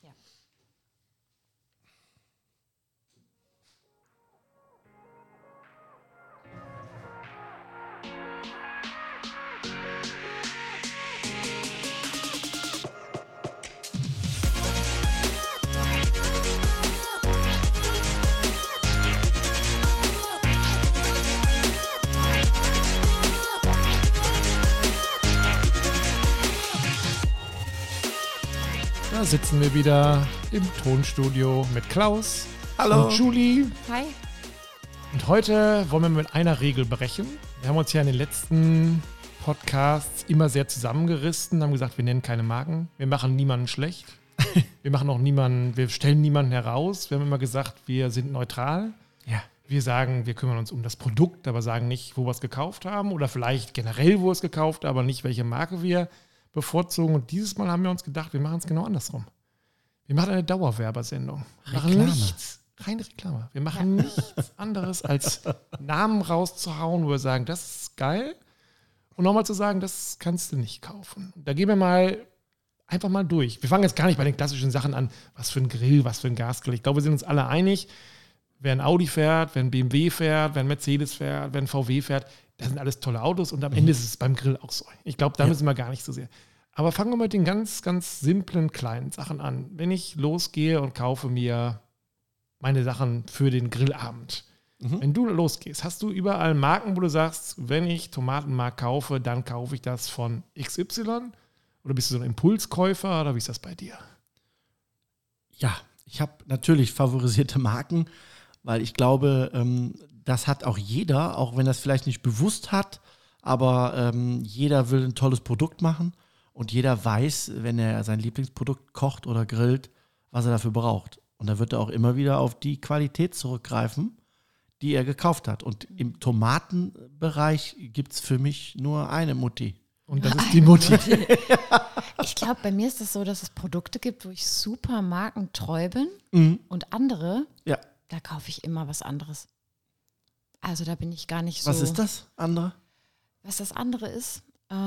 Da sitzen wir wieder im Tonstudio mit Klaus. Hallo. Und Julie. Hi. Und heute wollen wir mit einer Regel brechen. Wir haben uns ja in den letzten Podcasts immer sehr zusammengerissen, haben gesagt, wir nennen keine Marken, wir machen niemanden schlecht, wir stellen niemanden heraus. Wir haben immer gesagt, wir sind neutral. Ja. Wir sagen, wir kümmern uns um das Produkt, aber sagen nicht, wo wir es gekauft haben oder vielleicht generell, wo wir es gekauft haben, aber nicht, welche Marke wir bevorzugen. Und dieses Mal haben wir uns gedacht, wir machen es genau andersrum. Wir machen eine Dauerwerbesendung. Reine Reklame. Wir machen nichts anderes, als Namen rauszuhauen, wo wir sagen, das ist geil. Und nochmal zu sagen, das kannst du nicht kaufen. Da gehen wir einfach mal durch. Wir fangen jetzt gar nicht bei den klassischen Sachen an, was für ein Grill, was für ein Gasgrill. Ich glaube, wir sind uns alle einig, wer ein Audi fährt, wer ein BMW fährt, wer ein Mercedes fährt, wer ein VW fährt, das sind alles tolle Autos und am Ende ist es beim Grill auch so. Ich glaube, da müssen wir gar nicht so sehr. Aber fangen wir mit den ganz, ganz simplen, kleinen Sachen an. Wenn ich losgehe und kaufe mir meine Sachen für den Grillabend. Wenn du losgehst, hast du überall Marken, wo du sagst, wenn ich Tomatenmark kaufe, dann kaufe ich das von XY? Oder bist du so ein Impulskäufer oder wie ist das bei dir? Ja, ich habe natürlich favorisierte Marken, weil ich glaube, das hat auch jeder, auch wenn das vielleicht nicht bewusst hat, aber jeder will ein tolles Produkt machen und jeder weiß, wenn er sein Lieblingsprodukt kocht oder grillt, was er dafür braucht. Und da wird er auch immer wieder auf die Qualität zurückgreifen, die er gekauft hat. Und im Tomatenbereich gibt es für mich nur eine Mutti. Und das ist die Mutti. Ich glaube, bei mir ist es so, dass es Produkte gibt, wo ich super markentreu bin und andere, da kaufe ich immer was anderes. Also da bin ich gar nicht so. Was ist das andere? Was das andere ist?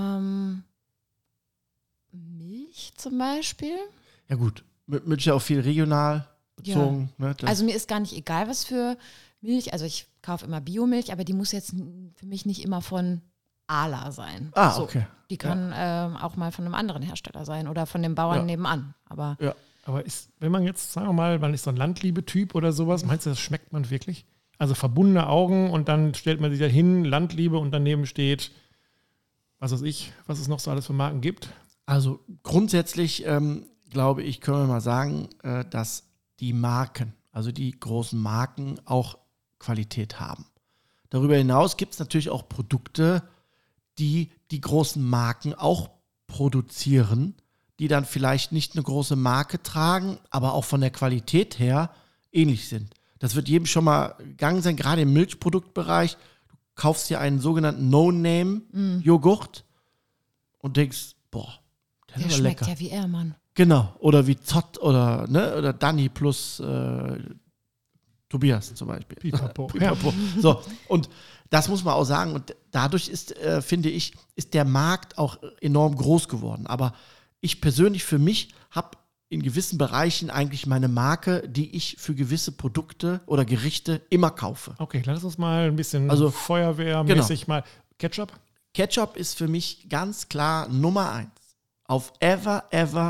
Milch zum Beispiel. Ja gut, Milch ist ja auch viel regional bezogen. Ja. Ne? Also mir ist gar nicht egal, was für Milch. Also ich kaufe immer Biomilch, aber die muss jetzt für mich nicht immer von Ala sein. Ah, okay. Die kann auch mal von einem anderen Hersteller sein oder von dem Bauern nebenan. Aber wenn man jetzt, sagen wir mal, man ist so ein Landliebe-Typ oder sowas, meinst du, das schmeckt man wirklich? Also verbundene Augen und dann stellt man sich da hin, Landliebe und daneben steht, was weiß ich, was es noch so alles für Marken gibt. Also grundsätzlich glaube ich, können wir mal sagen, dass die Marken, also die großen Marken auch Qualität haben. Darüber hinaus gibt es natürlich auch Produkte, die großen Marken auch produzieren, die dann vielleicht nicht eine große Marke tragen, aber auch von der Qualität her ähnlich sind. Das wird jedem schon mal gegangen sein, gerade im Milchproduktbereich. Du kaufst dir einen sogenannten No-Name-Joghurt und denkst, boah, der ist schmeckt lecker. Ja wie Ehrmann. Genau, oder wie Zott oder Dani plus Tobias zum Beispiel. Pipapo. So, und das muss man auch sagen. Und dadurch ist, finde ich, ist der Markt auch enorm groß geworden. Aber ich persönlich für mich habe in gewissen Bereichen eigentlich meine Marke, die ich für gewisse Produkte oder Gerichte immer kaufe. Okay, lass uns mal ein bisschen feuerwehrmäßig mal. Ketchup? Ketchup ist für mich ganz klar Nummer 1. Auf ever.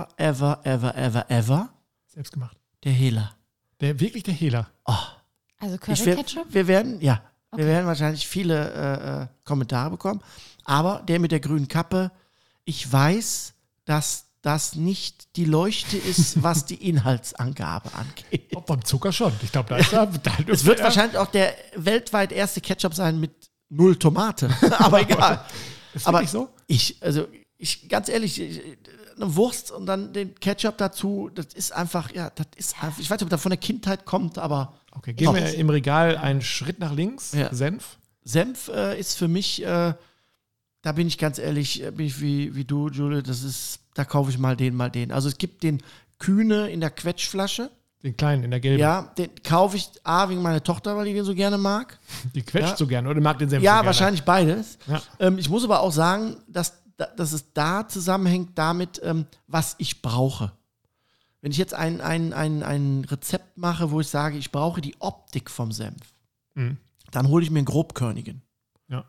Selbst gemacht. Der Hela. Wirklich der Hela? Oh. Also Curry-Ketchup? Wir werden wahrscheinlich viele Kommentare bekommen. Aber der mit der grünen Kappe, ich weiß, dass das nicht die Leuchte ist, was die Inhaltsangabe angeht. Oh, beim Zucker schon. Ich glaube, es wird wahrscheinlich auch der weltweit erste Ketchup sein mit 0 Tomate. Aber egal. Ist wirklich so? Ich ganz ehrlich, eine Wurst und dann den Ketchup dazu, das ist einfach, ich weiß nicht, ob das von der Kindheit kommt, aber. Okay, gehen wir im Regal einen Schritt nach links. Ja. Senf? Senf ist für mich, da bin ich ganz ehrlich, bin ich wie du, Julie, da kaufe ich mal den. Also es gibt den Kühne in der Quetschflasche. Den kleinen, in der gelben. Ja, den kaufe ich wegen meiner Tochter, weil die den so gerne mag. Die quetscht so gerne oder mag den Senf so gerne? Ja, wahrscheinlich beides. Ja. Ich muss aber auch sagen, dass es da zusammenhängt damit, was ich brauche. Wenn ich jetzt ein Rezept mache, wo ich sage, ich brauche die Optik vom Senf, dann hole ich mir einen grobkörnigen. Ja.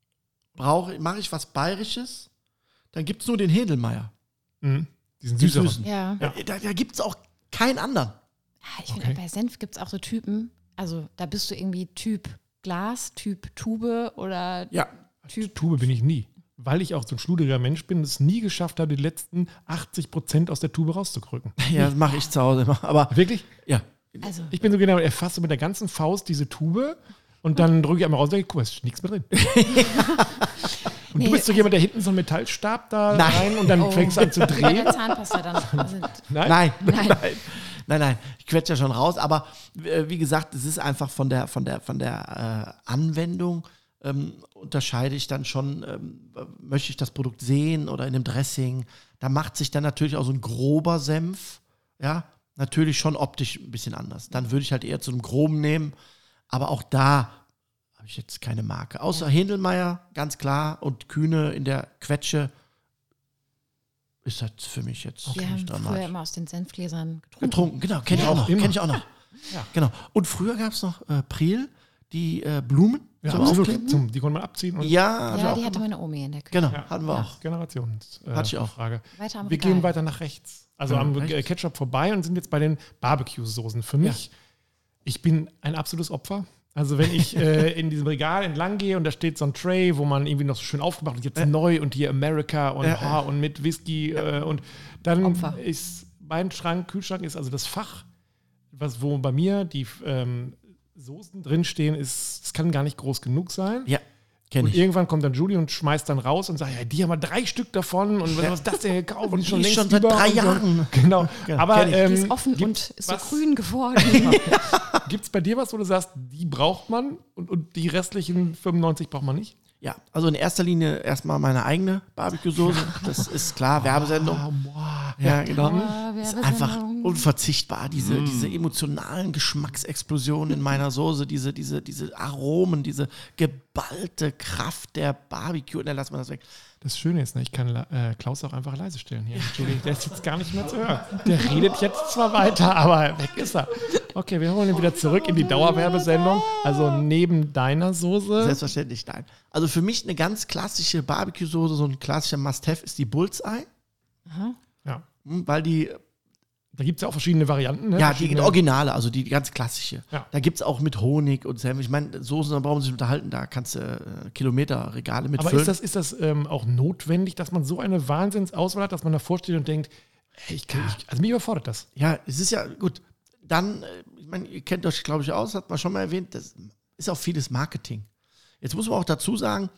Mache ich was Bayerisches, dann gibt es nur den Hedelmeier. Diesen süßen. süßen. Ja. Da gibt es auch keinen anderen. Ich finde, bei Senf gibt es auch so Typen. Also da bist du irgendwie Typ Glas, Typ Tube oder Typ. Tube bin ich nie. Weil ich auch so ein schludriger Mensch bin und es nie geschafft habe, die letzten 80% aus der Tube rauszukrücken. Ja, das mache ich zu Hause immer. Aber wirklich? Ja. Also, Ich bin so genau, er fasst so mit der ganzen Faust diese Tube und dann drücke ich einmal raus und denke, guck mal, ist nichts mehr drin. Und du bist so jemand, der hinten so einen Metallstab da rein und dann fängst du an zu bei drehen. der Zahnpasta dann. Nein? Nein. Ich quetsche ja schon raus. Aber wie gesagt, es ist einfach von der Anwendung unterscheide ich dann schon, möchte ich das Produkt sehen oder in einem Dressing. Da macht sich dann natürlich auch so ein grober Senf, ja, natürlich schon optisch ein bisschen anders. Dann würde ich halt eher zu einem groben nehmen. Aber auch da habe ich jetzt keine Marke. Außer Hedelmeier, ganz klar, und Kühne in der Quetsche ist das für mich jetzt Wir haben nicht früher dramatisch. immer aus den Senfgläsern Getrunken, genau, kenne ich auch noch. Ja. Genau. Und früher gab es noch Priel, die Blumen Ja, zum absolut. Aufkleben. Die konnte man abziehen. Und Ja, Ja, die hatte meine Omi in der Küche. genau, Ja. hatten wir auch. Generationsfrage. Hatte ich auch. Weiter am Wir Regal. gehen weiter nach rechts. Also Ja, am rechts. Ketchup vorbei und sind jetzt bei den Barbecue-Soßen. Für mich, ich bin ein absolutes Opfer. Also wenn ich in diesem Regal entlang gehe und da steht so ein Tray, wo man irgendwie noch so schön aufgemacht hat, jetzt neu und hier America und, und mit Whisky und dann Opfer. ist mein Kühlschrank ist also das Fach, wo bei mir die Soßen drinstehen, es kann gar nicht groß genug sein. Ja, kenne Und ich. irgendwann kommt dann Julie und schmeißt dann raus und sagt, ja, die haben wir 3 Stück davon und was ist das denn gekauft? Und die ist schon seit 3 Jahren. Genau. Ja, Aber kenn Die ist offen und gibt's ist so was- grün geworden. Gibt es bei dir was, wo du sagst, die braucht man und die restlichen 95 braucht man nicht? Ja, also in erster Linie erstmal meine eigene Barbecue-Soße. Das ist klar, Werbesendung. Ja, genau. Ist einfach Werbesendung. unverzichtbar, diese emotionalen Geschmacksexplosionen in meiner Soße, diese Aromen, diese geballte Kraft der Barbecue. Und dann lassen wir das weg. Das Schöne ist, ne, ich kann Klaus auch einfach leise stellen hier. Julie, der ist jetzt gar nicht mehr zu hören. Der redet jetzt zwar weiter, aber weg ist er. Okay, wir holen ihn wieder zurück in die Dauerwerbesendung. Also neben deiner Soße. Selbstverständlich, nein. Also für mich eine ganz klassische Barbecue-Soße, so ein klassischer Must-Have ist die Bullseye. Ja. Weil die, Da gibt es ja auch verschiedene Varianten. Ne? ja, die Verschiedene- Originale, also die ganz klassische. Ja. Da gibt es auch mit Honig und Senf. Ich meine, Soßen, da brauchen wir sich unterhalten, da kannst du Kilometerregale mit Aber füllen. ist das auch notwendig, dass man so eine Wahnsinnsauswahl hat, dass man davor steht und denkt, ey, also mich überfordert das. Ja, es ist ja gut. Dann, ich meine, ihr kennt euch, glaube ich, aus, hat man schon mal erwähnt, das ist auch vieles Marketing. Jetzt muss man auch dazu sagen,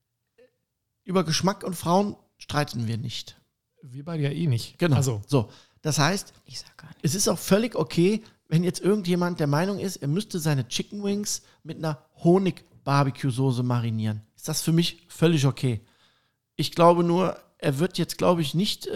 über Geschmack und Frauen streiten wir nicht. Wir beide ja eh nicht. Genau. Also, So, das heißt, Ich sag gar nicht. es ist auch völlig okay, wenn jetzt irgendjemand der Meinung ist, er müsste seine Chicken Wings mit einer Honig-Barbecue-Soße marinieren. Ist das für mich völlig okay. Ich glaube nur, er wird jetzt, glaube ich, nicht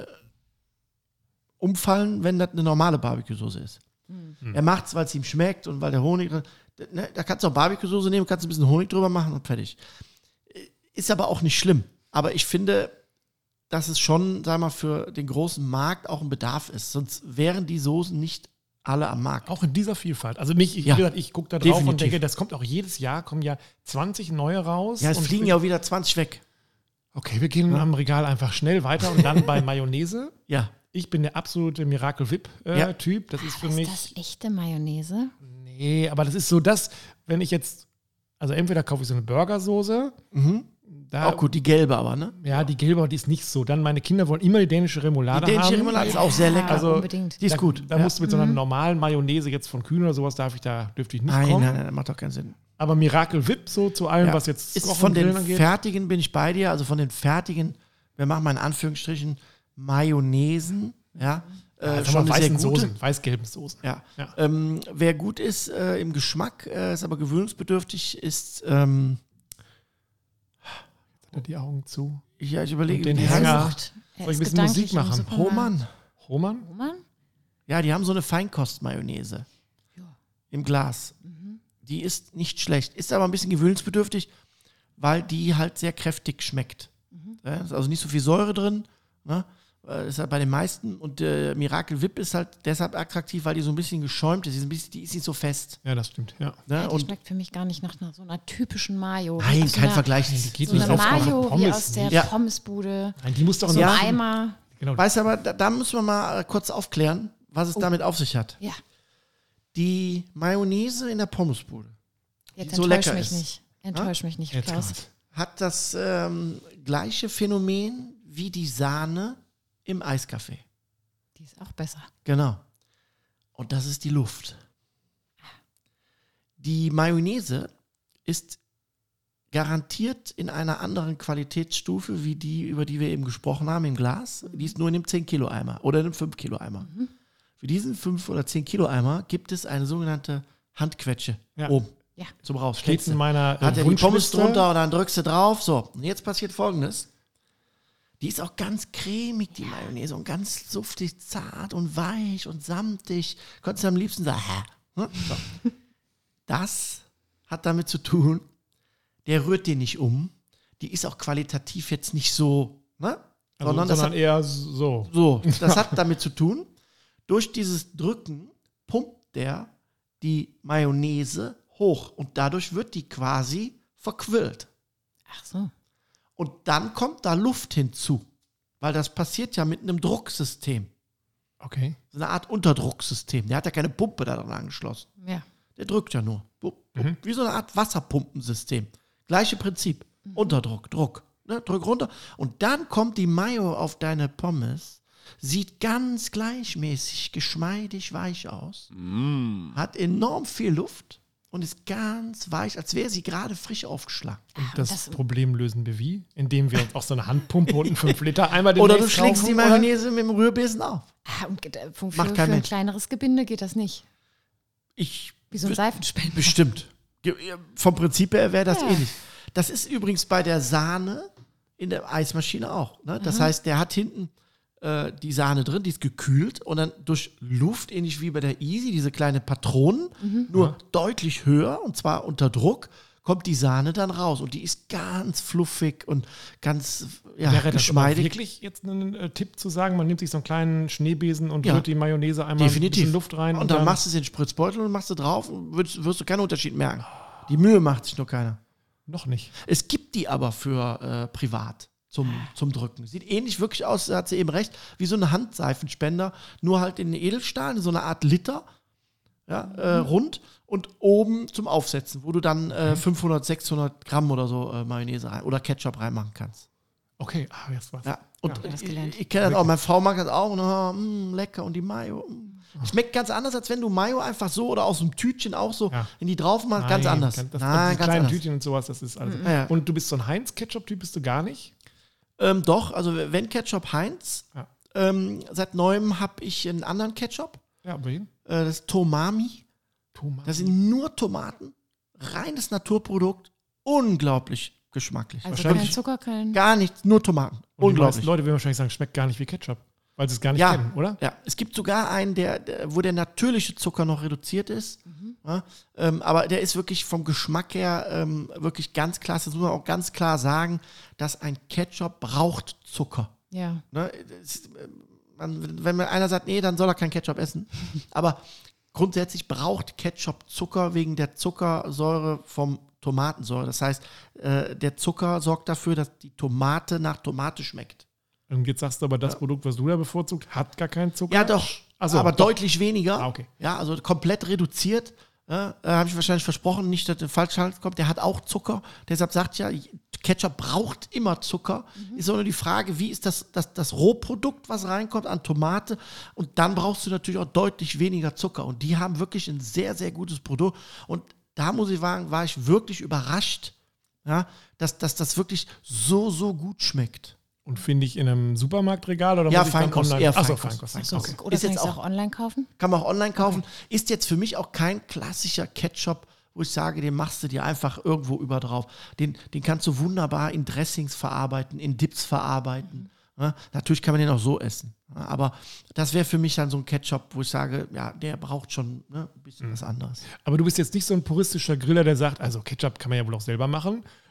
umfallen, wenn das eine normale Barbecue-Soße ist. Er macht es, weil es ihm schmeckt und weil der Honig drin. Ne, da kannst du auch Barbecue-Soße nehmen, kannst ein bisschen Honig drüber machen und fertig. Ist aber auch nicht schlimm. Aber ich finde, dass es schon, sag mal, für den großen Markt auch ein Bedarf ist. Sonst wären die Soßen nicht alle am Markt. auch in dieser Vielfalt. Also mich, Ja, wie gesagt, ich gucke da drauf und definitiv. denke, das kommt auch jedes Jahr, kommen ja 20 neue raus. Ja, es und fliegen ja auch wieder 20 weg. Okay, wir gehen am Regal einfach schnell weiter und dann bei Mayonnaise. Ja. Ich bin der absolute Miracle Whip-Typ. Das ist für Ist mich. das echte Mayonnaise? Nee, aber das ist so das, wenn ich jetzt. Also entweder kaufe ich so eine Burgersoße. Da, Auch gut, die gelbe aber, ne? Ja, die gelbe, die ist nicht so. Dann meine Kinder wollen immer die dänische Remoulade Die dänische haben. Remoulade ist auch sehr lecker. Also, unbedingt. Die ist da, gut. Da musst du mit so einer normalen Mayonnaise jetzt von Kühn oder sowas, dürfte ich nicht kommen. Nein, das macht doch keinen Sinn. Aber Miracle Whip, so zu allem, Ja. was jetzt Ist Kochen von und den Grillen angeht. fertigen bin ich bei dir, also von den fertigen, wir machen mal in Anführungsstrichen Mayonnaisen, ja. Jetzt Schon haben wir eine sehr weißen gute. Soßen, weiß-gelben Soßen. Ja. Ja. Wer gut ist im Geschmack, ist aber gewöhnungsbedürftig, ist, Hat er die Augen zu. ja, ich überlege, Und den wie die heißen. Hänger. Sucht. Er Soll ich ein ist bisschen gedanklich Musik im machen? Supermarkt. Hohmann. Roman? Roman? Ja, die haben so eine Feinkost-Mayonnaise Ja. im Glas. Die ist nicht schlecht, ist aber ein bisschen gewöhnungsbedürftig, weil die halt sehr kräftig schmeckt. Ja, ist also nicht so viel Säure drin, ne? ist halt bei den meisten. Und Miracle Whip ist halt deshalb attraktiv, weil die so ein bisschen geschäumt ist. Die ist nicht so fest. Ja, das stimmt, ja. Ja, die schmeckt für mich gar nicht nach so einer typischen Mayo. Nein, kein Vergleich. Die geht so nicht eine auf Mayo Pommes wie aus der Pommesbude. Nein, die muss doch so in ein Eimer. Genau. Weißt du, aber da müssen wir mal kurz aufklären, was es damit auf sich hat. Ja. Die Mayonnaise in der Pommesbude, Jetzt die so lecker mich ist, nicht. Enttäusch mich nicht, Jetzt Klaus. kommt's. hat das gleiche Phänomen wie die Sahne im Eiskaffee. Die ist auch besser. Genau. Und das ist die Luft. Die Mayonnaise ist garantiert in einer anderen Qualitätsstufe wie die, über die wir eben gesprochen haben, im Glas. Die ist nur in einem 10-Kilo-Eimer oder in einem 5-Kilo-Eimer. Für diesen 5- oder 10-Kilo-Eimer gibt es eine sogenannte Handquetsche oben Ja. zum Raus. Steht in meiner Hat er die Pommes Wunschliste. drunter und dann drückst du drauf. So, und jetzt passiert Folgendes. Die ist auch ganz cremig, die Mayonnaise, und ganz suftig, zart und weich und samtig. Konntest du am liebsten sagen, ne? So. Das hat damit zu tun, der rührt den nicht um. Die ist auch qualitativ jetzt nicht so, ne? Also, das sondern hat, eher so. so, das hat damit zu tun, durch dieses Drücken pumpt der die Mayonnaise hoch und dadurch wird die quasi verquillt. Ach so. Und dann kommt da Luft hinzu, weil das passiert ja mit einem Drucksystem. Okay. So eine Art Unterdrucksystem. Der hat ja keine Pumpe da dran angeschlossen. Ja. Der drückt ja nur. Wie so eine Art Wasserpumpensystem. Gleiche Prinzip. Unterdruck, Druck. Ne? Drück runter. Und dann kommt die Mayo auf deine Pommes. Sieht ganz gleichmäßig, geschmeidig, weich aus. Hat enorm viel Luft und ist ganz weich, als wäre sie gerade frisch aufgeschlagen. Und das Problem lösen wir wie? Indem wir uns auch so eine Handpumpe und einen 5-Liter-Eimer Oder demnächst du schlägst die kaufen, oder? Mayonnaise mit dem Rührbesen auf. Und für Macht kein ein Mensch. kleineres Gebinde geht das nicht. Wie so ein Seifenspender. Bestimmt. Vom Prinzip her wäre das Ja. ähnlich. Das ist übrigens bei der Sahne in der Eismaschine auch. Ne? Das heißt, der hat hinten die Sahne drin, die ist gekühlt und dann durch Luft, ähnlich wie bei der Easy, diese kleinen Patronen, nur deutlich höher und zwar unter Druck, kommt die Sahne dann raus und die ist ganz fluffig und ganz Wäre das aber geschmeidig. wirklich jetzt ein Tipp zu sagen, man nimmt sich so einen kleinen Schneebesen und Ja. rührt die Mayonnaise einmal ein Definitiv. bisschen Luft rein. Und dann machst du es in den Spritzbeutel und machst du drauf und wirst du keinen Unterschied merken. Die Mühe macht sich nur keiner. Noch nicht. Es gibt die aber für privat zum Drücken. Sieht ähnlich wirklich aus, da hat sie eben recht, wie so eine Handseifenspender, nur halt in Edelstahl, in so einer Art Liter, ja, rund und oben zum Aufsetzen, wo du dann 500, 600 Gramm oder so Mayonnaise rein oder Ketchup reinmachen kannst. Okay, jetzt war's. Ja. Und das gelernt. ich kenne das auch, meine Frau mag das auch, und, lecker, und die Mayo. Schmeckt ganz anders, als wenn du Mayo einfach so oder aus einem Tütchen auch so in die drauf machst, ganz anders. Das, Nein, ganz ganz kleinen anders. Tütchen und sowas, das ist alles. Ja. Und du bist so ein Heinz-Ketchup-Typ, bist du gar nicht? Doch, also wenn Ketchup Heinz. Ja. Seit neuem habe ich einen anderen Ketchup. Ja, wen? Das ist Tomami. Thomas. Das sind nur Tomaten. Reines Naturprodukt. Unglaublich geschmacklich. Also Wahrscheinlich- kein Zucker, kein... Gar nichts, nur Tomaten. Und die meisten Unglaublich. Leute würden wahrscheinlich sagen, schmeckt gar nicht wie Ketchup, weil sie es gar nicht Ja, kennen, oder? ja, es gibt sogar einen, wo der natürliche Zucker noch reduziert ist. Ja, aber der ist wirklich vom Geschmack her wirklich ganz klasse. Das muss man auch ganz klar sagen, dass ein Ketchup braucht Zucker. Ja. Ne? Wenn mir einer sagt, nee, dann soll er kein Ketchup essen. Aber grundsätzlich braucht Ketchup Zucker wegen der Zuckersäure vom Tomatensäure. Das heißt, der Zucker sorgt dafür, dass die Tomate nach Tomate schmeckt. Und jetzt sagst du aber, das Produkt, was du da bevorzugt, hat gar keinen Zucker. Ja, doch. Ach so, aber doch. deutlich weniger. Ah, okay. Ja, also komplett reduziert. Ja, habe ich wahrscheinlich versprochen, nicht, dass der Falschhalt kommt. Der hat auch Zucker. Deshalb sagt ja, Ketchup braucht immer Zucker. Ist auch nur die Frage, wie ist das Rohprodukt, was reinkommt an Tomate. Und dann brauchst du natürlich auch deutlich weniger Zucker. Und die haben wirklich ein sehr, sehr gutes Produkt. Und da muss ich sagen, war ich wirklich überrascht, ja, dass das wirklich so gut schmeckt. Und finde ich in einem Supermarktregal oder Ja, muss ich dann Feinkost, online? eher Achso, Feinkost. Feinkost. So, Okay. oder Ist kann jetzt ich es auch auch- online kaufen? Kann man auch online kaufen. Ist jetzt für mich auch kein klassischer Ketchup, wo ich sage, den machst du dir einfach irgendwo über drauf. Den kannst du wunderbar in Dressings verarbeiten, in Dips verarbeiten. Ja, natürlich kann man den auch so essen. Ja, aber das wäre für mich dann so ein Ketchup, wo ich sage, ja, der braucht schon ein bisschen was anderes. Aber du bist jetzt nicht so ein puristischer Griller, der sagt, also Ketchup kann man ja wohl auch selber machen.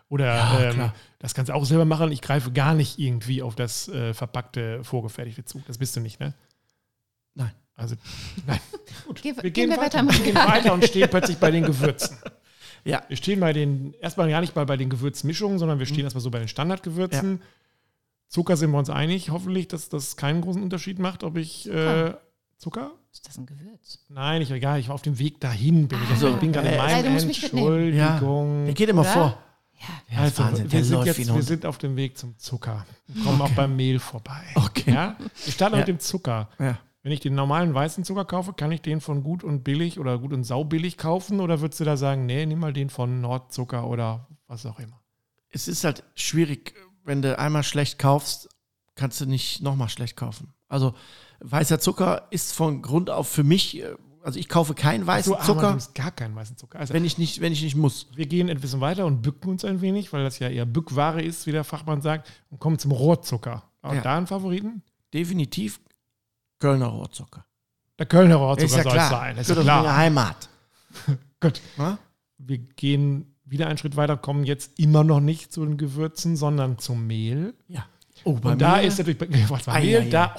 Oder das kannst du auch selber machen. Ich greife gar nicht irgendwie auf das verpackte, vorgefertigte zu. Das bist du nicht, ne? Nein. Also, nein. Gut. Wir gehen weiter. Wir gehen weiter und stehen plötzlich bei den Gewürzen. Ja. Wir stehen erstmal gar nicht bei den Gewürzmischungen, sondern wir stehen erstmal so bei den Standardgewürzen. Ja. Zucker sind wir uns einig, hoffentlich, dass das keinen großen Unterschied macht, ob ich Zucker? Ist das ein Gewürz? Nein, ich war auf dem Weg dahin. Ich bin gerade in meinem Entschuldigung. Der geht immer vor. Ja, also, wir sind auf dem Weg zum Zucker. Wir kommen auch beim Mehl vorbei. Okay. Ja? Wir starten mit dem Zucker. Ja. Wenn ich den normalen weißen Zucker kaufe, kann ich den von gut und billig oder gut und saubillig kaufen? Oder würdest du da sagen, nee, nimm mal den von Nordzucker oder was auch immer? Es ist halt schwierig, wenn du einmal schlecht kaufst, kannst du nicht nochmal schlecht kaufen. Also weißer Zucker ist von Grund auf für mich, also ich kaufe keinen weißen Zucker. Du gar keinen weißen Zucker. Also, wenn ich nicht muss. Wir gehen ein bisschen weiter und bücken uns ein wenig, weil das ja eher Bückware ist, wie der Fachmann sagt, und kommen zum Rohrzucker. Aber da einen Favoriten? Definitiv Kölner Rohrzucker. Der Kölner Rohrzucker soll es sein. Das ist klar. Meine Heimat. Gut. Wir gehen wieder einen Schritt weiter, kommen jetzt immer noch nicht zu den Gewürzen, sondern zum Mehl. Ja. Oh, und da ist natürlich Mehl, da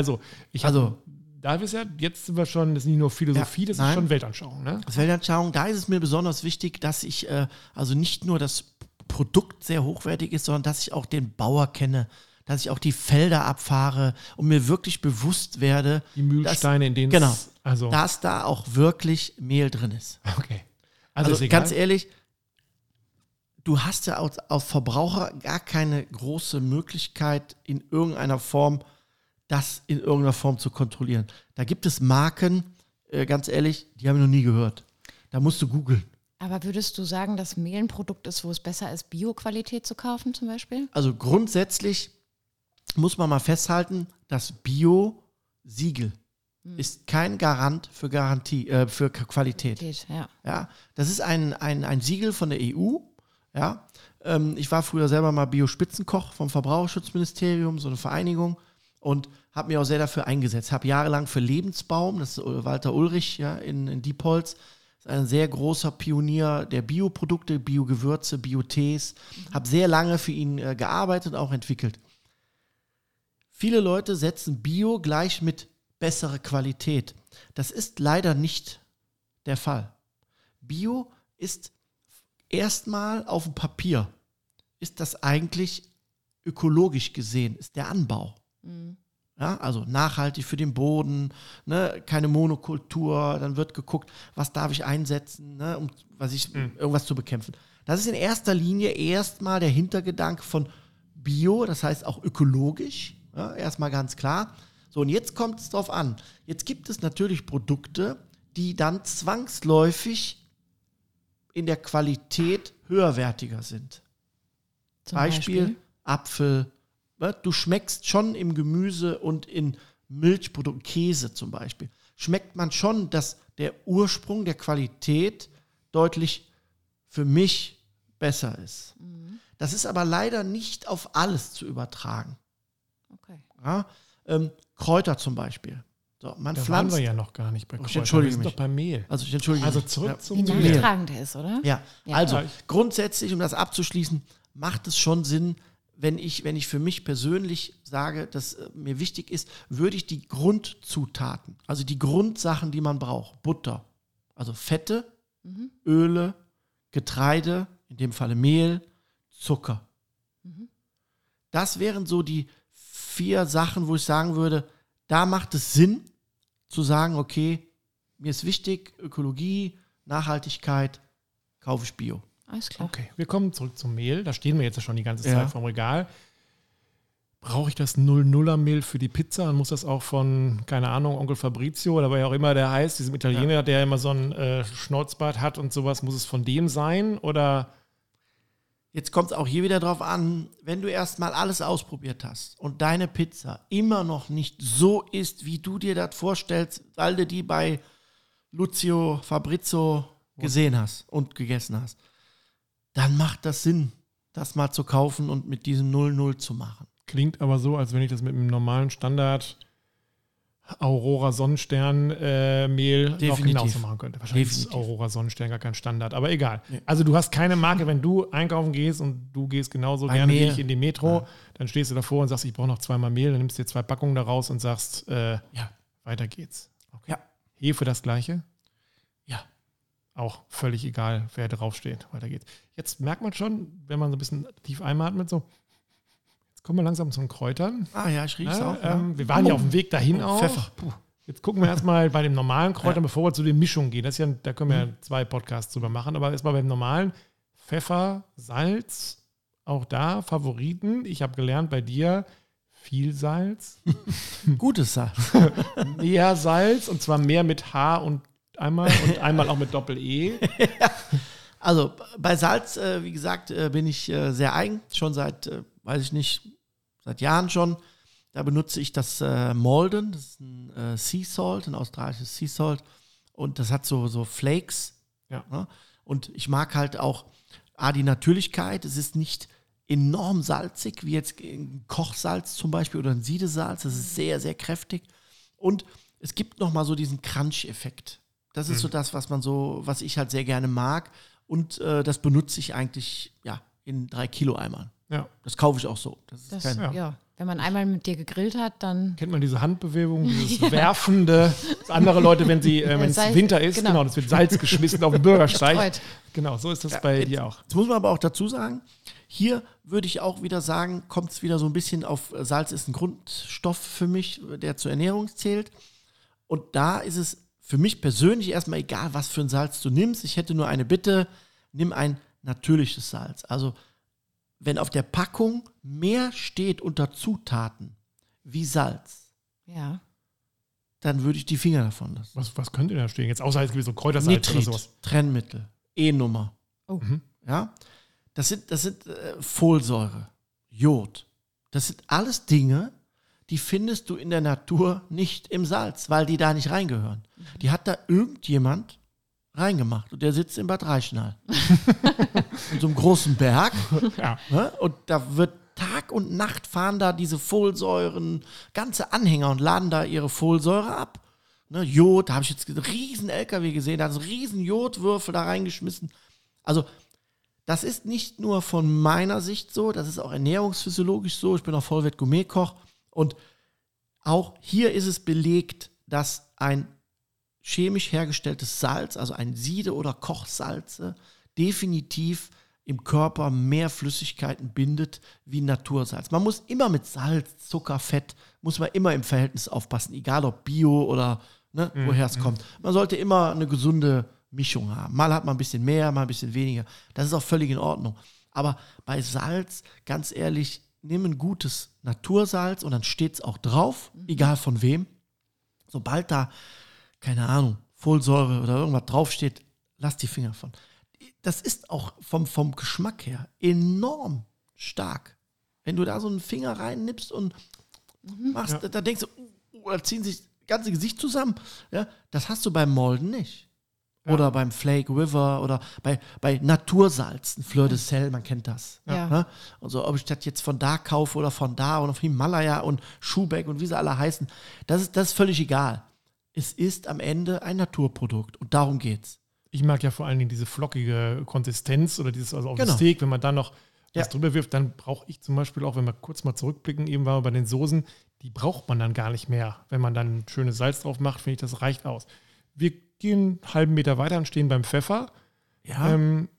ist ja, jetzt sind wir schon, das ist nicht nur Philosophie, das ist schon Weltanschauung. Ne? Das Weltanschauung, da ist es mir besonders wichtig, dass ich also nicht nur das Produkt sehr hochwertig ist, sondern dass ich auch den Bauer kenne, dass ich auch die Felder abfahre und mir wirklich bewusst werde, die Mühlsteine, in denen dass da auch wirklich Mehl drin ist. Okay. Also ganz ehrlich, du hast ja als Verbraucher gar keine große Möglichkeit, in irgendeiner Form das in irgendeiner Form zu kontrollieren. Da gibt es Marken, ganz ehrlich, die haben wir noch nie gehört. Da musst du googeln. Aber würdest du sagen, dass Mehl ein Produkt ist, wo es besser ist, Bio-Qualität zu kaufen zum Beispiel? Also grundsätzlich muss man mal festhalten, das Bio-Siegel ist kein Garant für Qualität. Ja, das ist ein Siegel von der EU. Ja, ich war früher selber mal Bio-Spitzenkoch vom Verbraucherschutzministerium, so eine Vereinigung, und habe mich auch sehr dafür eingesetzt. Habe jahrelang für Lebensbaum, das ist Walter Ulrich in Diepholz, ist ein sehr großer Pionier der Bioprodukte, Biogewürze, Biotees. Habe sehr lange für ihn gearbeitet und auch entwickelt. Viele Leute setzen Bio gleich mit bessere Qualität. Das ist leider nicht der Fall. Bio ist erstmal auf dem Papier, ist das eigentlich ökologisch gesehen, ist der Anbau. Mhm. Ja, also nachhaltig für den Boden, ne, keine Monokultur, dann wird geguckt, was darf ich einsetzen, ne, um irgendwas zu bekämpfen. Das ist in erster Linie erstmal der Hintergedanke von Bio, das heißt auch ökologisch, ja, erstmal ganz klar. So, und jetzt kommt es drauf an. Jetzt gibt es natürlich Produkte, die dann zwangsläufig in der Qualität höherwertiger sind. Zum Beispiel Apfel. Du schmeckst schon im Gemüse und in Milchprodukten, Käse zum Beispiel, schmeckt man schon, dass der Ursprung der Qualität deutlich für mich besser ist. Mhm. Das ist aber leider nicht auf alles zu übertragen. Okay. Ja, Kräuter zum Beispiel. So, man pflanzt. Waren wir ja noch gar nicht bei Kräutern. Ich entschuldige mich. Doch beim Mehl. Also ich entschuldige mich. Also zurück zum Mehl. Wie nachtragend der ist, oder? Ja, also grundsätzlich, um das abzuschließen, macht es schon Sinn, wenn ich für mich persönlich sage, dass mir wichtig ist, würde ich die Grundzutaten, also die Grundsachen, die man braucht, Butter, also Fette, Öle, Getreide, in dem Falle Mehl, Zucker. Mhm. Das wären so die 4 Sachen, wo ich sagen würde, da macht es Sinn zu sagen, okay, mir ist wichtig, Ökologie, Nachhaltigkeit, kaufe ich Bio. Alles klar. Okay, wir kommen zurück zum Mehl. Da stehen wir jetzt schon die ganze Zeit vorm Regal. Brauche ich das 0,0er Mehl für die Pizza? Dann muss das auch von, keine Ahnung, Onkel Fabrizio oder wer auch immer der heißt, diesem Italiener, der immer so einen Schnauzbart hat und sowas, muss es von dem sein? Oder? Jetzt kommt es auch hier wieder drauf an, wenn du erstmal alles ausprobiert hast und deine Pizza immer noch nicht so ist, wie du dir das vorstellst, weil du die bei Lucio Fabrizio gesehen hast und gegessen hast, dann macht das Sinn, das mal zu kaufen und mit diesem 0,0 zu machen. Klingt aber so, als wenn ich das mit einem normalen Standard Aurora Sonnenstern Mehl noch genauso machen könnte. Wahrscheinlich ist Aurora Sonnenstern gar kein Standard, aber egal. Nee. Also du hast keine Marke, wenn du einkaufen gehst und du gehst genauso gerne wie ich in die Metro, dann stehst du davor und sagst, ich brauche noch 2-mal Mehl, dann nimmst du dir 2 Packungen daraus und sagst, weiter geht's. Okay. Ja. Hefe das Gleiche? Ja. Auch völlig egal, wer draufsteht. Weiter geht's. Jetzt merkt man schon, wenn man so ein bisschen tief einatmet, so, kommen wir langsam zu den Kräutern. Ah ja, ich riech's auch. Wir waren ja auf dem Weg dahin auch. Pfeffer. Jetzt gucken wir erstmal bei den normalen Kräutern, bevor wir zu den Mischungen gehen. Das ist ja, da können wir 2 Podcasts drüber machen. Aber erstmal beim normalen Pfeffer, Salz, auch da Favoriten. Ich habe gelernt, bei dir viel Salz. Gutes Salz. Mehr Salz und zwar mehr mit H und einmal auch mit Doppel-E. Also bei Salz, wie gesagt, bin ich sehr eigen. Schon seit, seit Jahren schon. Da benutze ich das Maldon. Das ist ein Sea Salt, ein australisches Sea Salt. Und das hat so Flakes. Ja. Ne? Und ich mag halt auch die Natürlichkeit. Es ist nicht enorm salzig, wie jetzt ein Kochsalz zum Beispiel oder ein Siedesalz. Das ist sehr, sehr kräftig. Und es gibt nochmal so diesen Crunch-Effekt. Das ist so das, was ich halt sehr gerne mag. Und das benutze ich eigentlich in 3 Kilo Eimern. Ja. Das kaufe ich auch so. Wenn man einmal mit dir gegrillt hat, dann... Kennt man diese Handbewegung, dieses Werfende. Andere Leute, wenn es Winter ist, genau, das wird Salz geschmissen auf den Bürgersteig. Genau, so ist das bei dir auch. Jetzt muss man aber auch dazu sagen, hier würde ich auch wieder sagen, kommt es wieder so ein bisschen auf, Salz ist ein Grundstoff für mich, der zur Ernährung zählt. Und da ist es für mich persönlich erstmal egal, was für ein Salz du nimmst. Ich hätte nur eine Bitte, nimm ein natürliches Salz. Also wenn auf der Packung mehr steht unter Zutaten wie Salz, dann würde ich die Finger davon lassen. Was könnte da stehen? Jetzt außer es gibt so Kräutersalz Nitrit, oder sowas. Trennmittel, E-Nummer. Oh. Ja? Das sind Folsäure, Jod. Das sind alles Dinge, die findest du in der Natur nicht im Salz, weil die da nicht reingehören. Die hat da irgendjemand reingemacht und der sitzt in Bad Reichenhall. In so einem großen Berg. Ja. Ne? Und da wird Tag und Nacht fahren da diese Folsäuren, ganze Anhänger und laden da ihre Folsäure ab. Ne? Jod, da habe ich jetzt einen riesen LKW gesehen, da hat so riesen Jodwürfel da reingeschmissen. Also das ist nicht nur von meiner Sicht so, das ist auch ernährungsphysiologisch so. Ich bin auch Vollwert-Gourmet-Koch und auch hier ist es belegt, dass ein chemisch hergestelltes Salz, also ein Siede- oder Kochsalze, definitiv im Körper mehr Flüssigkeiten bindet wie Natursalz. Man muss immer mit Salz, Zucker, Fett, muss man immer im Verhältnis aufpassen, egal ob Bio oder woher es kommt. Man sollte immer eine gesunde Mischung haben. Mal hat man ein bisschen mehr, mal ein bisschen weniger. Das ist auch völlig in Ordnung. Aber bei Salz, ganz ehrlich, nimm ein gutes Natursalz und dann steht es auch drauf, egal von wem. Sobald da, keine Ahnung, Folsäure oder irgendwas draufsteht, lass die Finger von. Das ist auch vom Geschmack her enorm stark. Wenn du da so einen Finger reinnippst und machst, da denkst du, da ziehen sich das ganze Gesicht zusammen. Ja, das hast du beim Maldon nicht. Oder beim Flake River oder bei Natursalzen, Fleur de Sel, man kennt das. Ja. Ne? Also ob ich das jetzt von da kaufe oder von Himalaya und Schuhbeck und wie sie alle heißen, das ist völlig egal. Es ist am Ende ein Naturprodukt und darum geht's. Ich mag ja vor allen Dingen diese flockige Konsistenz oder dieses, also auf dem Steak, wenn man da noch was drüber wirft, dann brauche ich zum Beispiel auch, wenn wir kurz mal zurückblicken, eben waren wir bei den Soßen, die braucht man dann gar nicht mehr. Wenn man dann schönes Salz drauf macht, finde ich, das reicht aus. Wir gehen einen halben Meter weiter und stehen beim Pfeffer. Ja.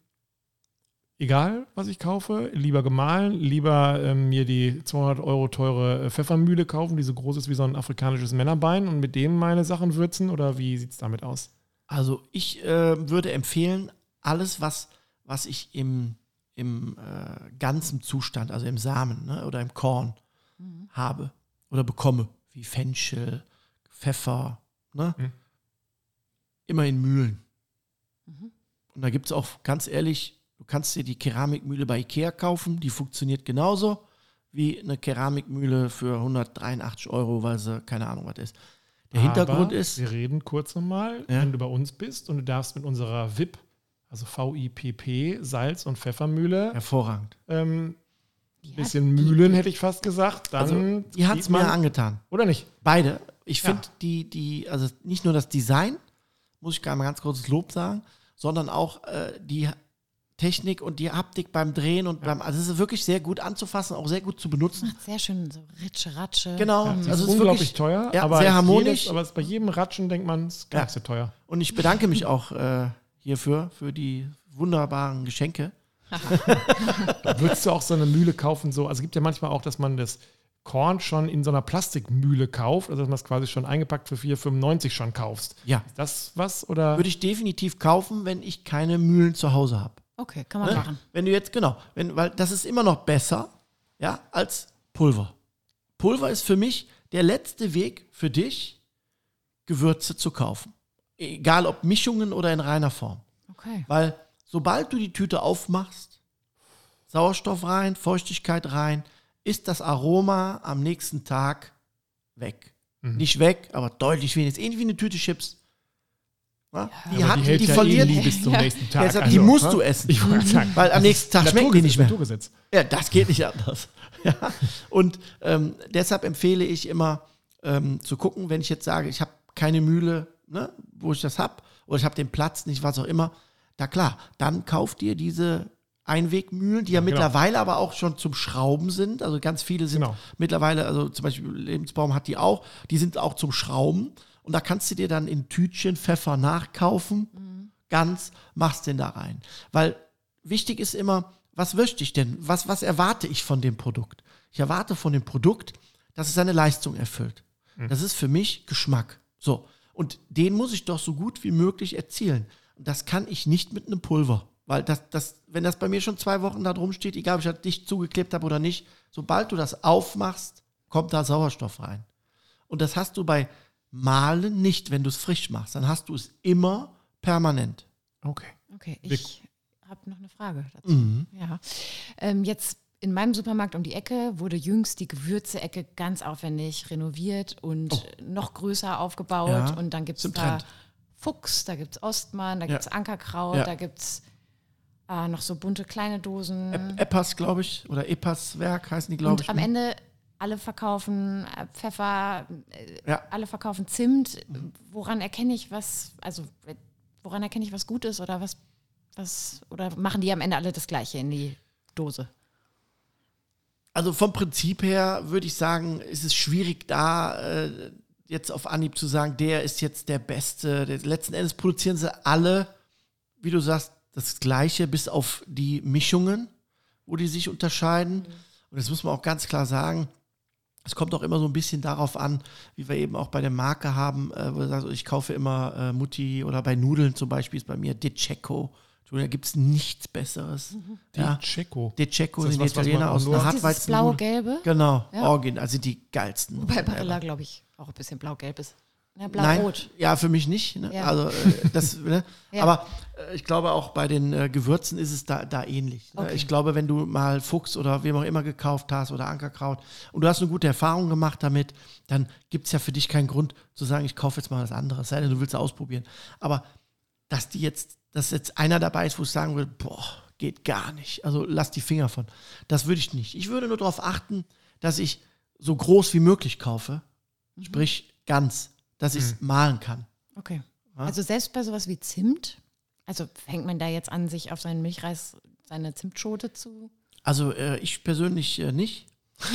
Egal, was ich kaufe, lieber gemahlen, lieber mir die 200 € teure Pfeffermühle kaufen, die so groß ist wie so ein afrikanisches Männerbein und mit dem meine Sachen würzen, oder wie sieht es damit aus? Also ich würde empfehlen, alles, was ich im ganzen Zustand, also im Samen oder im Korn habe oder bekomme, wie Fenchel, Pfeffer, immer in Mühlen. Und da gibt es auch, ganz ehrlich, du kannst dir die Keramikmühle bei Ikea kaufen, die funktioniert genauso wie eine Keramikmühle für 183 €, weil sie keine Ahnung was ist. Der Hintergrund ist... Wir reden kurz nochmal, wenn du bei uns bist und du darfst mit unserer VIP, also VIPP, Salz- und Pfeffermühle... Hervorragend. Bisschen Mühlen, hätte ich fast gesagt. Dann die hat es mir angetan. Oder nicht? Beide. Ich finde also nicht nur das Design, muss ich gar mal ganz kurzes Lob sagen, sondern auch die Technik und die Haptik beim Drehen und also es ist wirklich sehr gut anzufassen, auch sehr gut zu benutzen. Macht sehr schön so Ritsche, Ratsche. Genau. Also es ist unglaublich teuer, aber sehr harmonisch. Aber bei jedem Ratschen denkt man, es ist gar nicht so teuer. Und ich bedanke mich auch hierfür, für die wunderbaren Geschenke. Da würdest du auch so eine Mühle kaufen, also es gibt ja manchmal auch, dass man das Korn schon in so einer Plastikmühle kauft, also dass man es quasi schon eingepackt für 4,95 schon kaufst. Ja. Ist das was? Oder? Würde ich definitiv kaufen, wenn ich keine Mühlen zu Hause habe. Okay, kann man machen. Wenn du jetzt, weil das ist immer noch besser, als Pulver. Pulver ist für mich der letzte Weg für dich, Gewürze zu kaufen. Egal ob Mischungen oder in reiner Form. Okay. Weil sobald du die Tüte aufmachst, Sauerstoff rein, Feuchtigkeit rein, ist das Aroma am nächsten Tag weg. Nicht weg, aber deutlich weniger. Ist ähnlich wie eine Tüte Chips. Ja? Die verliert bis zum nächsten Tag. Deshalb, die musst du essen. Ich wollte sagen, weil am nächsten Tag schmecken die nicht mehr. Naturgesetz. Ja, das geht nicht anders. Ja. Und deshalb empfehle ich immer zu gucken, wenn ich jetzt sage, ich habe keine Mühle, wo ich das habe, oder ich habe den Platz nicht, was auch immer. Da klar, dann kauf dir diese Einwegmühlen, die mittlerweile aber auch schon zum Schrauben sind. Also ganz viele sind mittlerweile, also zum Beispiel Lebensbaum hat die auch, die sind auch zum Schrauben. Und da kannst du dir dann in Tütchen Pfeffer nachkaufen, ganz, machst den da rein. Weil wichtig ist immer, was möchte ich denn? Was erwarte ich von dem Produkt? Ich erwarte von dem Produkt, dass es seine Leistung erfüllt. Das ist für mich Geschmack. So. Und den muss ich doch so gut wie möglich erzielen. Und das kann ich nicht mit einem Pulver. Weil wenn das bei mir schon 2 Wochen da drum steht, egal ob ich das dicht zugeklebt habe oder nicht, sobald du das aufmachst, kommt da Sauerstoff rein. Und das hast du bei Mahlen nicht, wenn du es frisch machst. Dann hast du es immer permanent. Okay, ich habe noch eine Frage dazu. Ja. Jetzt in meinem Supermarkt um die Ecke wurde jüngst die Gewürze-Ecke ganz aufwendig renoviert und noch größer aufgebaut. Ja, und dann gibt es da Trend. Fuchs, da gibt es Ostmann, da gibt es Ankerkraut, da gibt es noch so bunte kleine Dosen. Epas, glaube ich, oder Epas-Werk heißen die, glaube ich. Und am Ende alle verkaufen Pfeffer, alle verkaufen Zimt. Woran erkenne ich was gut ist oder was oder machen die am Ende alle das Gleiche in die Dose? Also vom Prinzip her würde ich sagen, ist es schwierig da jetzt auf Anhieb zu sagen, der ist jetzt der Beste. Letzten Endes produzieren sie alle, wie du sagst, das Gleiche, bis auf die Mischungen, wo die sich unterscheiden. Und das muss man auch ganz klar sagen, es kommt auch immer so ein bisschen darauf an, wie wir eben auch bei der Marke haben, wo du sagst, ich kaufe immer Mutti oder bei Nudeln zum Beispiel ist bei mir De Cecco. Da gibt es nichts Besseres. De Cecco. De Cecco sind die Italiener aus einer Hartweizen. Das blau-gelbe? Genau, original, also die geilsten. Wobei Barilla, glaube ich, auch ein bisschen blau-gelb ist. Ja, blau-rot. Ja, für mich nicht. Ne? Ja. Also das, ne? Ja. Aber ich glaube auch bei den Gewürzen ist es da ähnlich. Ne? Okay. Ich glaube, wenn du mal Fuchs oder wem auch immer gekauft hast oder Ankerkraut und du hast eine gute Erfahrung gemacht damit, dann gibt es ja für dich keinen Grund zu sagen, ich kaufe jetzt mal was anderes, sei denn du willst es ausprobieren. Aber dass jetzt einer dabei ist, wo ich sagen würde, geht gar nicht. Also lass die Finger von. Das würde ich nicht. Ich würde nur darauf achten, dass ich so groß wie möglich kaufe, sprich ganz, dass ich es mahlen kann. Okay. Ja? Also selbst bei sowas wie Zimt, also fängt man da jetzt an, sich auf seinen Milchreis seine Zimtschote zu? Also ich persönlich nicht.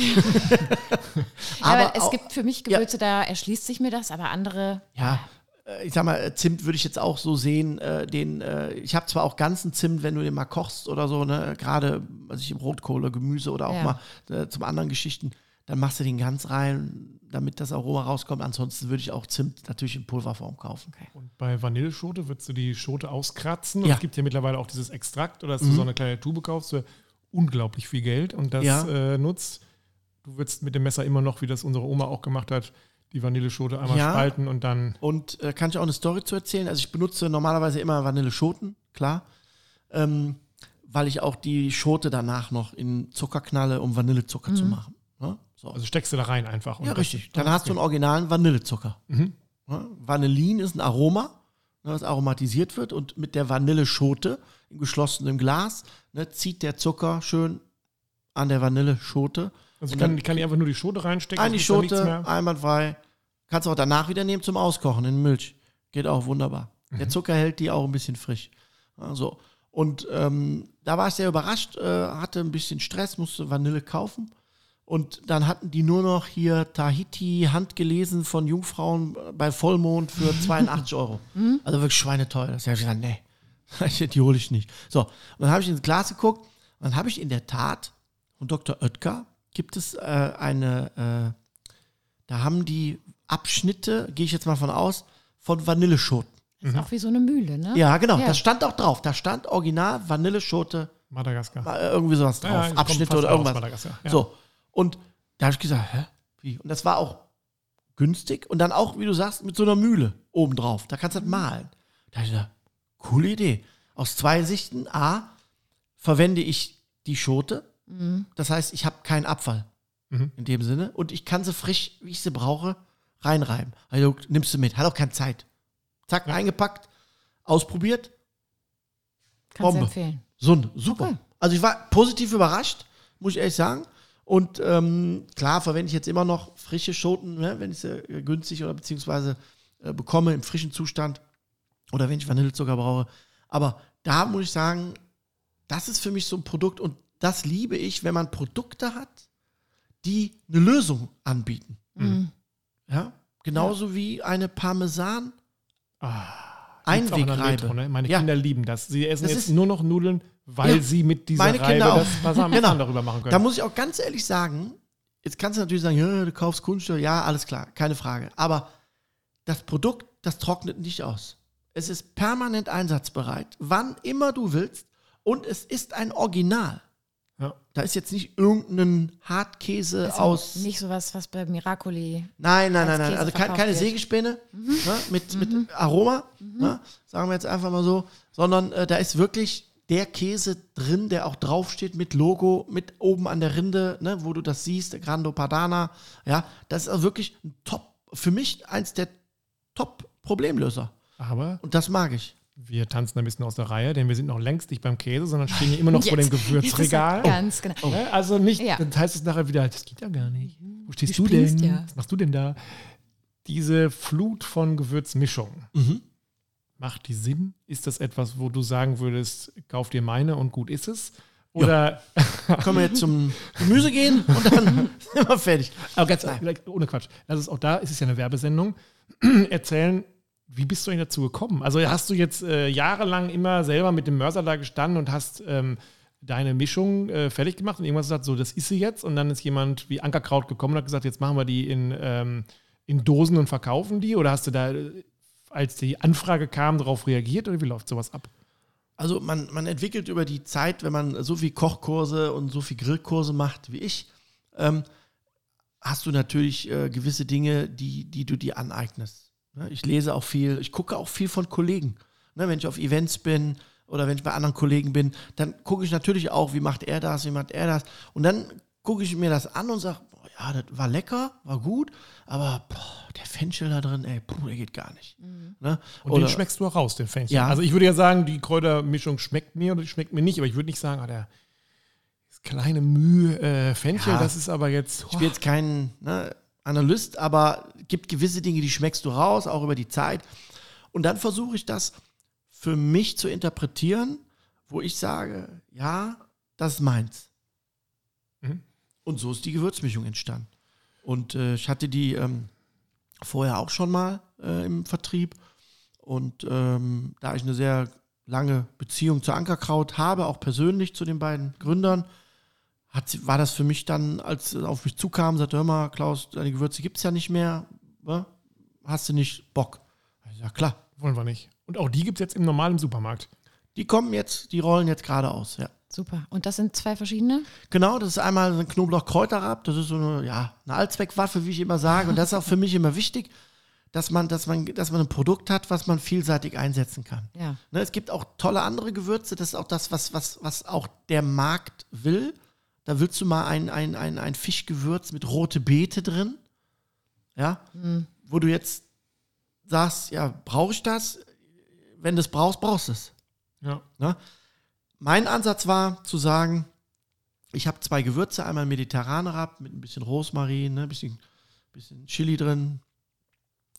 Aber es gibt für mich Gewürze, da erschließt sich mir das, aber andere... Ja, ich sag mal, Zimt würde ich jetzt auch so sehen, ich habe zwar auch ganzen Zimt, wenn du den mal kochst oder so, ne, gerade im Rotkohl oder Gemüse oder auch mal zum anderen Geschichten, dann machst du den ganz rein, damit das Aroma rauskommt. Ansonsten würde ich auch Zimt natürlich in Pulverform kaufen. Okay. Und bei Vanilleschote würdest du die Schote auskratzen? Und es gibt ja mittlerweile auch dieses Extrakt, oder dass du so eine kleine Tube kaufst für unglaublich viel Geld und das nutzt. Du würdest mit dem Messer immer noch, wie das unsere Oma auch gemacht hat, die Vanilleschote einmal spalten und dann... Und kann ich auch eine Story zu erzählen? Also ich benutze normalerweise immer Vanilleschoten, klar, weil ich auch die Schote danach noch in Zucker knalle, um Vanillezucker zu machen. Ja? So. Also steckst du da rein einfach. Ja, richtig. Dann hast du einen originalen Vanillezucker. Ja? Vanillin ist ein Aroma, das aromatisiert wird und mit der Vanilleschote in geschlossenem Glas zieht der Zucker schön an der Vanilleschote. Also kann ich einfach nur die Schote reinstecken? Die Schote, einwandfrei, Kannst du auch danach wieder nehmen zum Auskochen in Milch. Geht auch wunderbar. Der Zucker hält die auch ein bisschen frisch. Also, und da war ich sehr überrascht, hatte ein bisschen Stress, musste Vanille kaufen. Und dann hatten die nur noch hier Tahiti handgelesen von Jungfrauen bei Vollmond für 82 €. Also wirklich schweineteuer. Das habe ich gesagt, nee, die hole ich nicht. So, und dann habe ich ins Glas geguckt und dann habe ich in der Tat von Dr. Oetker gibt es da haben die Abschnitte, gehe ich jetzt mal von aus, von Vanilleschoten. Ist auch wie so eine Mühle, ne? Ja, genau, das stand auch drauf. Da stand original Vanilleschote, Madagaskar. irgendwie sowas drauf, Ja, Abschnitte oder irgendwas. Ja. So, und da habe ich gesagt, hä? Wie? Und das war auch günstig und dann auch, wie du sagst, mit so einer Mühle obendrauf. Da kannst du das malen. Da habe ich gesagt, coole Idee. Aus zwei Sichten. A, verwende ich die Schote. Das heißt, ich habe keinen Abfall in dem Sinne. Und ich kann sie frisch, wie ich sie brauche, reinreiben. Also nimmst du mit. Hat auch keine Zeit. Zack, eingepackt, ausprobiert. Kannst du Bombe. empfehlen. Super. Okay. Also ich war positiv überrascht, muss ich ehrlich sagen. Und klar verwende ich jetzt immer noch frische Schoten, ne, wenn ich sie günstig oder beziehungsweise bekomme im frischen Zustand oder wenn ich Vanillezucker brauche. Aber da muss ich sagen, das ist für mich so ein Produkt und das liebe ich, wenn man Produkte hat, die eine Lösung anbieten. Ja, genauso wie eine Parmesan Einwegreibe. Metro, ne? Meine Ja. Kinder lieben das. Sie essen Das jetzt ist- nur noch Nudeln, weil Ja, sie mit dieser meine Reibe Kinder auch. das Parmesan Genau. darüber machen können. Da muss ich auch ganz ehrlich sagen, jetzt kannst du natürlich sagen, ja, du kaufst Kunststoff, ja, alles klar, keine Frage. Aber das Produkt, das trocknet nicht aus. Es ist permanent einsatzbereit, wann immer du willst und es ist ein Original. Ja. Da ist jetzt nicht irgendein Hartkäse Also aus... nicht sowas, was bei Miracoli. Nein. als Käse Also verkauft keine wird. Sägespäne ne, mit Aroma, ne, sagen wir jetzt einfach mal so, sondern da ist wirklich der Käse drin, der auch draufsteht mit Logo, mit oben an der Rinde, ne, wo du das siehst, der Grando Padano. Ja, das ist also wirklich ein Top, für mich eins der Top-Problemlöser. Aber Und das mag ich. wir tanzen ein bisschen aus der Reihe, denn wir sind noch längst nicht beim Käse, sondern stehen hier immer noch vor dem Gewürzregal. Ganz genau. Ne? Also nicht, Ja. dann heißt es nachher wieder, das geht ja gar nicht. Wo stehst Du du denn? springst ja. Was machst du denn da? Diese Flut von Gewürzmischungen, macht die Sinn? Ist das etwas, wo du sagen würdest, kauf dir meine und gut ist es? Oder Können wir jetzt zum Gemüse gehen und dann sind wir fertig. aber ganz ohne Quatsch. Das ist auch da, ist es ja eine Werbesendung. Erzählen, wie bist du eigentlich dazu gekommen? Also hast du jetzt jahrelang immer selber mit dem Mörser da gestanden und hast deine Mischung fertig gemacht und irgendwas gesagt, so, das ist sie jetzt. Und dann ist jemand wie Ankerkraut gekommen und hat gesagt, jetzt machen wir die in Dosen und verkaufen die. Oder hast du da, als die Anfrage kam, darauf reagiert oder wie läuft sowas ab? Also man entwickelt über die Zeit, wenn man so viel Kochkurse und so viel Grillkurse macht wie ich, hast du natürlich gewisse Dinge, die du dir aneignest. Ne? Ich lese auch viel, ich gucke auch viel von Kollegen. Ne? Wenn ich auf Events bin oder wenn ich bei anderen Kollegen bin, dann gucke ich natürlich auch, wie macht er das, wie macht er das. Und dann gucke ich mir das an und sage, ja, das war lecker, war gut, aber der Fenchel da drin, ey, der geht gar nicht. Ne? Und den schmeckst du auch raus, den Fenchel. Ja. Also ich würde ja sagen, die Kräutermischung schmeckt mir oder die schmeckt mir nicht, aber ich würde nicht sagen, der kleine Mühe Fenchel, Ja. das ist aber jetzt... Ich bin jetzt kein Analyst, aber es gibt gewisse Dinge, die schmeckst du raus, auch über die Zeit. Und dann versuche ich das für mich zu interpretieren, wo ich sage, ja, das ist meins. Mhm. Und so ist die Gewürzmischung entstanden. Und ich hatte die vorher auch schon mal im Vertrieb. Und da ich eine sehr lange Beziehung zu Ankerkraut habe, auch persönlich zu den beiden Gründern, war das für mich dann, als es auf mich zukam, sagte, hör mal, Klaus, deine Gewürze gibt es ja nicht mehr. Ne? Hast du nicht Bock? Ja, klar. Wollen wir nicht. Und auch die gibt es jetzt im normalen Supermarkt. Die kommen jetzt, die rollen jetzt gerade aus, ja. Super. Und das sind zwei verschiedene? Genau, das ist einmal ein Knoblauch-Kräuterrab, das ist so eine Allzweckwaffe, wie ich immer sage. Und das ist auch für mich immer wichtig, dass man ein Produkt hat, was man vielseitig einsetzen kann. Ja. Ne, es gibt auch tolle andere Gewürze, das ist auch das, was auch der Markt will. Da willst du mal ein Fischgewürz mit rote Beete drin, ja, wo du jetzt sagst, ja, brauche ich das? Wenn du es brauchst, brauchst du es. Ja. Ne? Mein Ansatz war zu sagen, ich habe zwei Gewürze, einmal mediterrane Rab mit ein bisschen Rosmarin, ne, ein bisschen Chili drin,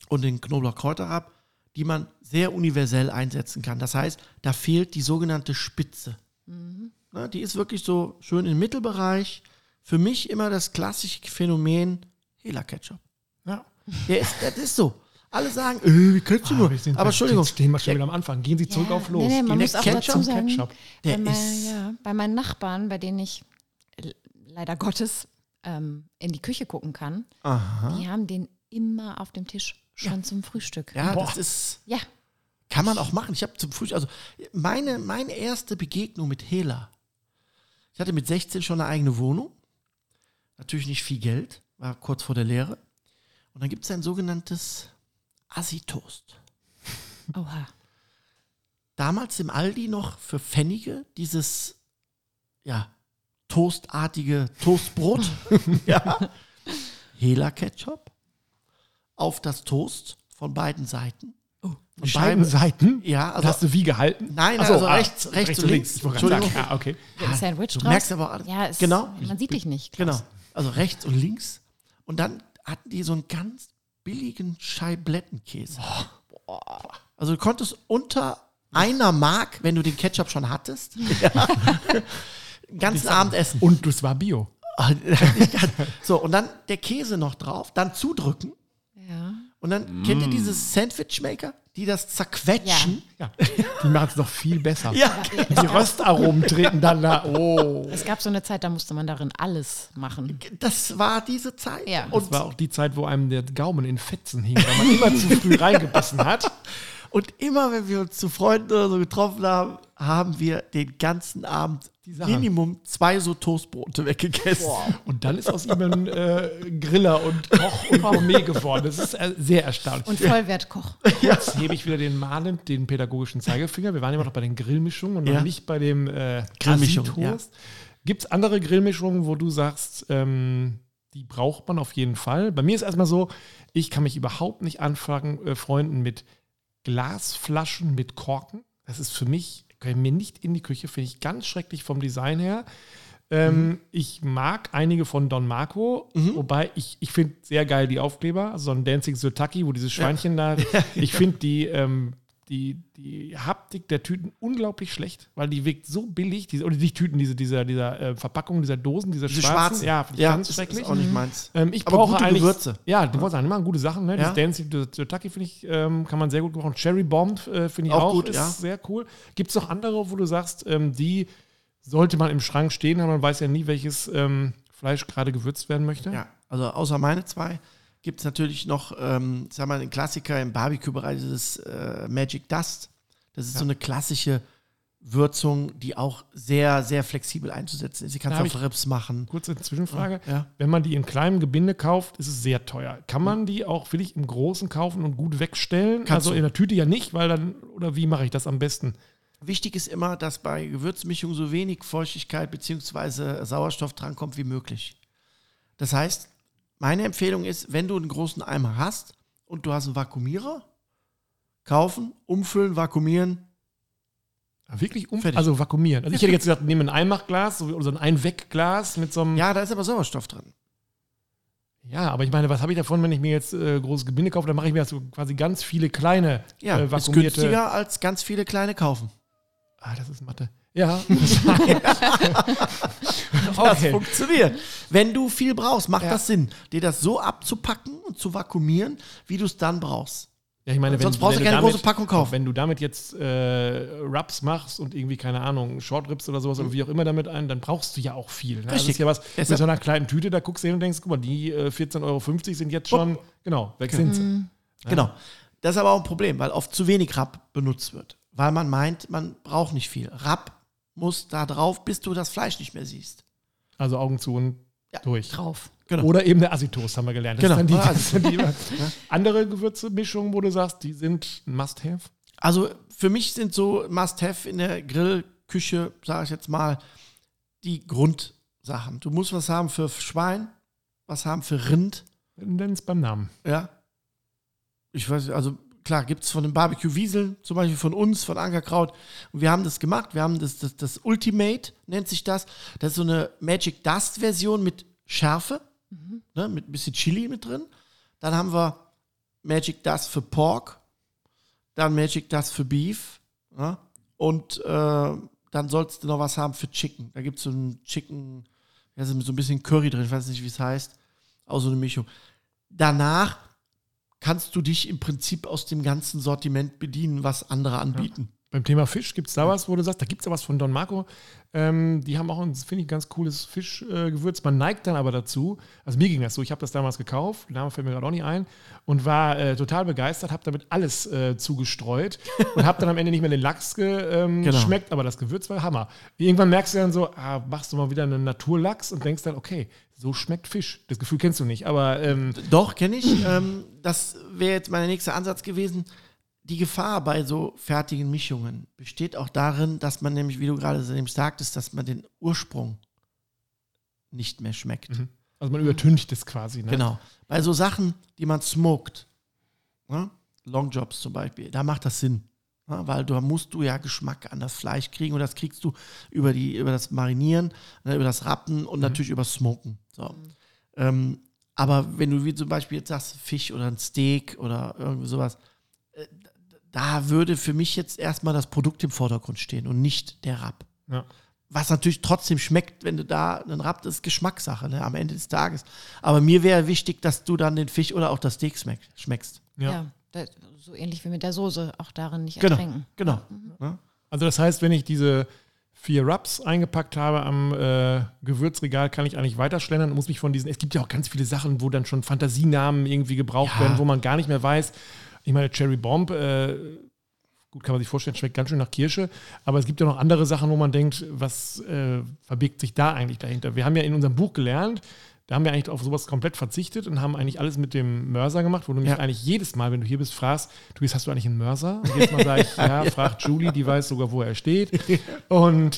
und den Knoblauch-Kräuterrab, die man sehr universell einsetzen kann. Das heißt, da fehlt die sogenannte Spitze. Na, die ist wirklich so schön im Mittelbereich. Für mich immer das klassische Phänomen Hela-Ketchup. Ja. Das ist so. Alle sagen, wie könntest du nur? Aber Entschuldigung. Jetzt stehen wir schon wieder am Anfang. Gehen Sie zurück auf los. Nee, man muss auch dazu sagen, Ketchup. Bei meinen Nachbarn, bei denen ich leider Gottes in die Küche gucken kann, die haben den immer auf dem Tisch. Schon zum Frühstück. Ja, das ist. Ja. Kann man auch machen. Ich habe zum Frühstück, also meine erste Begegnung mit Hela. Ich hatte mit 16 schon eine eigene Wohnung. Natürlich nicht viel Geld, war kurz vor der Lehre. Und dann gibt es ein sogenanntes Assi-Toast. Oha. Damals im Aldi noch für Pfennige dieses, toastartige Toastbrot. Ja. Hela-Ketchup auf das Toast von beiden Seiten. Von beiden Seiten? Ja. Also, hast du wie gehalten? Nein, also rechts und links. Entschuldigung. Ja, okay. Ein Sandwich du merkst aber alles. Ja, genau. Man sieht dich nicht. Klaus. Genau. Also rechts und links. Und dann hatten die so einen ganz billigen Scheiblettenkäse. Also du konntest unter einer Mark, wenn du den Ketchup schon hattest, den ganzen Abend essen. Und das war Bio. So, und dann der Käse noch drauf, dann zudrücken. Ja. Und dann kennt ihr dieses Sandwichmaker, die das zerquetschen? Ja. Die machen es noch viel besser. Ja. Die Röstaromen treten dann da. Oh. Es gab so eine Zeit, da musste man darin alles machen. Das war diese Zeit. Ja. Und das war auch die Zeit, wo einem der Gaumen in Fetzen hing, weil man immer zu früh reingebissen hat. Und immer, wenn wir uns zu Freunden oder so getroffen haben, haben wir den ganzen Abend Minimum 2 so Toastbrote weggegessen. Und dann ist aus ihm ein Griller und Koch und Gourmet geworden. Das ist sehr erstaunlich. Und Vollwertkoch. Jetzt hebe ich wieder den pädagogischen Zeigefinger. Wir waren immer noch bei den Grillmischungen und noch nicht bei dem Grillmischungen. Ja. Gibt es andere Grillmischungen, wo du sagst, die braucht man auf jeden Fall? Bei mir ist erstmal so, ich kann mich überhaupt nicht anfangen, Freunden mit Glasflaschen mit Korken. Das ist für mich, können mir nicht in die Küche, finde ich ganz schrecklich vom Design her. Ich mag einige von Don Marco, wobei ich finde sehr geil die Aufkleber, so ein Dancing Sirtaki, wo dieses Schweinchen da, ich finde die Haptik der Tüten unglaublich schlecht, weil die wirkt so billig, oder die Tüten, dieser Verpackung, dieser Dosen, diese schwarzen. Ja, finde ich ganz schrecklich. Ist auch nicht meins. Ich brauche gute eigentlich Gewürze. Ja, die wollen immer gute Sachen. Ne? Ja. Das Dancing Sirtaki finde ich, kann man sehr gut gebrauchen. Cherry Bomb finde ich auch gut, ist sehr cool. Gibt es noch andere, wo du sagst, die sollte man im Schrank stehen haben, man weiß ja nie, welches Fleisch gerade gewürzt werden möchte? Ja, also außer meine 2 gibt es natürlich noch, den Klassiker im Barbecue-Bereich, dieses Magic Dust. Das ist so eine klassische Würzung, die auch sehr, sehr flexibel einzusetzen ist. Sie kannst auf Rips machen. Kurze Zwischenfrage. Ja. Wenn man die in kleinem Gebinde kauft, ist es sehr teuer. Kann man die auch wirklich im Großen kaufen und gut wegstellen? Also in der Tüte ja nicht, weil dann, oder wie mache ich das am besten? Wichtig ist immer, dass bei Gewürzmischung so wenig Feuchtigkeit bzw. Sauerstoff drankommt wie möglich. Das heißt, meine Empfehlung ist, wenn du einen großen Eimer hast und du hast einen Vakuumierer, kaufen, umfüllen, vakuumieren. Wirklich also vakuumieren. Also ich hätte jetzt gesagt, nehme ein Einmachglas oder so ein Einwegglas mit so einem... Ja, da ist aber Sauerstoff drin. Ja, aber ich meine, was habe ich davon, wenn ich mir jetzt großes Gebinde kaufe? Dann mache ich mir so quasi ganz viele kleine vakuumierte... ist günstiger als ganz viele kleine kaufen. Das ist Mathe. Ja. Das funktioniert. Wenn du viel brauchst, macht das Sinn, dir das so abzupacken und zu vakuumieren, wie du es dann brauchst. Ja, ich meine, sonst brauchst du keine große Packung kaufen. Wenn du damit jetzt Rubs machst und irgendwie, keine Ahnung, Short Ribs oder sowas oder wie auch immer damit ein, dann brauchst du ja auch viel. Ne? Richtig. Also ist ja was, mit so einer kleinen Tüte, da guckst du hin und denkst, guck mal, die 14,50 € sind jetzt schon, weg sind sie. Ja. Genau. Das ist aber auch ein Problem, weil oft zu wenig Rab benutzt wird. Weil man meint, man braucht nicht viel. Rab muss da drauf, bis du das Fleisch nicht mehr siehst. Also Augen zu und durch. Drauf. Genau. Oder eben der Assi-Toast, haben wir gelernt. Das sind die andere Gewürzmischungen, wo du sagst, die sind Must-Have? Also für mich sind so Must-Have in der Grillküche, sage ich jetzt mal, die Grundsachen. Du musst was haben für Schwein, was haben für Rind. Nenn es beim Namen. Ja. Ich weiß, also klar, gibt es von den Barbecue-Wieseln, zum Beispiel von uns, von Ankerkraut. Und wir haben das gemacht. Wir haben das Ultimate, nennt sich das. Das ist so eine Magic Dust-Version mit Schärfe, ne, mit ein bisschen Chili mit drin. Dann haben wir Magic Dust für Pork, dann Magic Dust für Beef, ja? Und dann sollst du noch was haben für Chicken. Da gibt es so ein Chicken, da ist so ein bisschen Curry drin, ich weiß nicht, wie es heißt, auch so eine Mischung. Danach kannst du dich im Prinzip aus dem ganzen Sortiment bedienen, was andere anbieten. Ja. Beim Thema Fisch gibt es da was, wo du sagst, da gibt es ja was von Don Marco. Die haben auch ein, finde ich, ganz cooles Fischgewürz. Man neigt dann aber dazu, also mir ging das so, ich habe das damals gekauft, der Name fällt mir gerade auch nicht ein, und war total begeistert, habe damit alles zugestreut und habe dann am Ende nicht mehr den Lachs geschmeckt, aber das Gewürz war Hammer. Irgendwann merkst du dann so, machst du mal wieder einen Naturlachs und denkst dann, okay, so schmeckt Fisch. Das Gefühl kennst du nicht, aber... Doch, kenne ich. Das wäre jetzt mein nächster Ansatz gewesen. Die Gefahr bei so fertigen Mischungen besteht auch darin, dass man nämlich, wie du gerade sagtest, dass man den Ursprung nicht mehr schmeckt. Also man übertüncht es quasi. Ne? Genau. Bei so Sachen, die man smoked, ne? Longjobs zum Beispiel, da macht das Sinn. Ne? Weil da musst du ja Geschmack an das Fleisch kriegen und das kriegst du über das Marinieren, ne, über das Rappen und natürlich über Smoken. So. Aber wenn du wie zum Beispiel jetzt sagst, Fisch oder ein Steak oder irgendwie sowas, da würde für mich jetzt erstmal das Produkt im Vordergrund stehen und nicht der Rapp. Ja. Was natürlich trotzdem schmeckt, wenn du da einen Rapp, das ist Geschmackssache, ne, am Ende des Tages. Aber mir wäre wichtig, dass du dann den Fisch oder auch das Steak schmeckst. Ja, so ähnlich wie mit der Soße, auch darin nicht ertränken. Genau. Ja. Also das heißt, wenn ich diese 4 Rubs eingepackt habe am Gewürzregal, kann ich eigentlich weiterschlendern und muss mich von diesen, es gibt ja auch ganz viele Sachen, wo dann schon Fantasienamen irgendwie gebraucht werden, wo man gar nicht mehr weiß. Ich meine, Cherry Bomb, gut, kann man sich vorstellen, schmeckt ganz schön nach Kirsche, aber es gibt ja noch andere Sachen, wo man denkt, was verbirgt sich da eigentlich dahinter? Wir haben ja in unserem Buch gelernt, da haben wir eigentlich auf sowas komplett verzichtet und haben eigentlich alles mit dem Mörser gemacht, wo du mich eigentlich jedes Mal, wenn du hier bist, fragst, hast du eigentlich einen Mörser? Und jedes Mal sage ich, fragt Julie, die weiß sogar, wo er steht. Und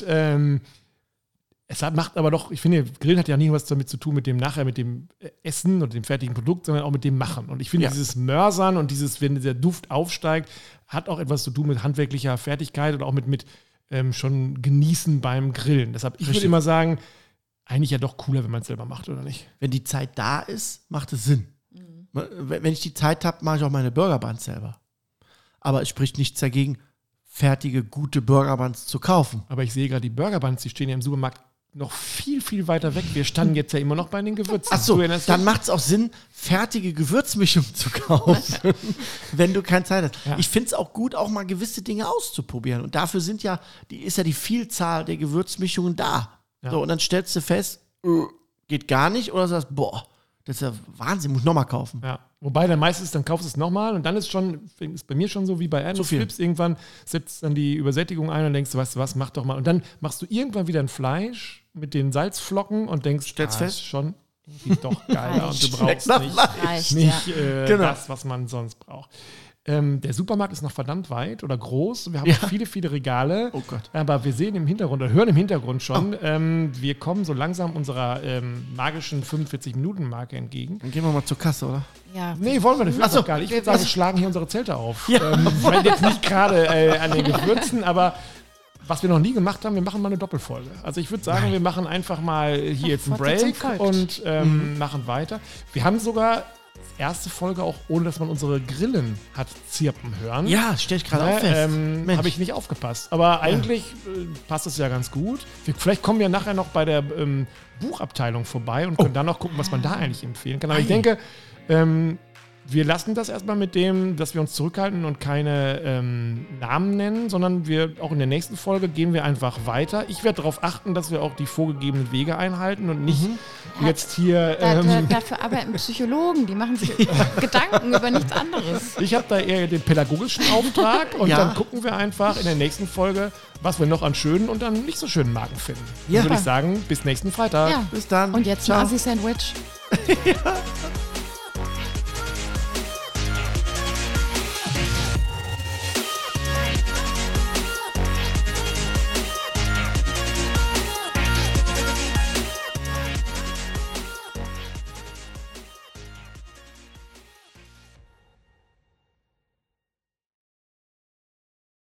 es macht aber doch, ich finde, Grillen hat ja nie was damit zu tun, mit dem Essen oder dem fertigen Produkt, sondern auch mit dem Machen. Und ich finde, dieses Mörsern und wenn der Duft aufsteigt, hat auch etwas zu tun mit handwerklicher Fertigkeit oder auch mit schon Genießen beim Grillen. Deshalb, ich würde immer sagen, eigentlich ja doch cooler, wenn man es selber macht, oder nicht? Wenn die Zeit da ist, macht es Sinn. Wenn ich die Zeit habe, mache ich auch meine Burgerbuns selber. Aber es spricht nichts dagegen, fertige, gute Burgerbuns zu kaufen. Aber ich sehe gerade, die Burgerbuns, die stehen ja im Supermarkt noch viel, viel weiter weg. Wir standen jetzt ja immer noch bei den Gewürzen. Ach so, dann macht es auch Sinn, fertige Gewürzmischung zu kaufen, wenn du keine Zeit hast. Ja. Ich finde es auch gut, auch mal gewisse Dinge auszuprobieren. Und dafür ist ja die Vielzahl der Gewürzmischungen da. Ja. So, und dann stellst du fest, geht gar nicht, oder sagst, boah, das ist ja Wahnsinn, muss ich nochmal kaufen. Ja. Wobei dann meistens, dann kaufst du es nochmal und dann ist bei mir schon so wie bei Ernest Flips, irgendwann setzt dann die Übersättigung ein und denkst, weißt du was, mach doch mal. Und dann machst du irgendwann wieder ein Fleisch mit den Salzflocken und denkst, stellst fest, ist schon irgendwie doch geiler und du brauchst nicht das, was man sonst braucht. Der Supermarkt ist noch verdammt weit oder groß. Wir haben viele, viele Regale. Oh Gott. Aber wir sehen im Hintergrund oder hören im Hintergrund schon, wir kommen so langsam unserer magischen 45-Minuten-Marke entgegen. Dann gehen wir mal zur Kasse, oder? Ja. Nee, wollen wir nicht. Gar nicht. Ich würde sagen, wir schlagen hier unsere Zelte auf. Ja. Ich meine jetzt nicht gerade an den Gewürzen, aber was wir noch nie gemacht haben, wir machen mal eine Doppelfolge. Also ich würde sagen, wir machen einfach mal hier jetzt einen Break und machen weiter. Wir haben sogar erste Folge auch, ohne dass man unsere Grillen hat zirpen hören. Ja, stell ich gerade auf fest. Habe ich nicht aufgepasst. Aber eigentlich passt es ja ganz gut. Vielleicht kommen wir nachher noch bei der Buchabteilung vorbei und können dann noch gucken, was man da eigentlich empfehlen kann. Aber ich denke, wir lassen das erstmal mit dem, dass wir uns zurückhalten und keine Namen nennen, sondern auch in der nächsten Folge gehen wir einfach weiter. Ich werde darauf achten, dass wir auch die vorgegebenen Wege einhalten und nicht jetzt hier... dafür arbeiten Psychologen, die machen sich Gedanken über nichts anderes. Ich habe da eher den pädagogischen Auftrag und dann gucken wir einfach in der nächsten Folge, was wir noch an schönen und an nicht so schönen Marken finden. Ja. Dann würde ich sagen, bis nächsten Freitag. Ja. Bis dann. Und jetzt ein Assi-Sandwich. Ja.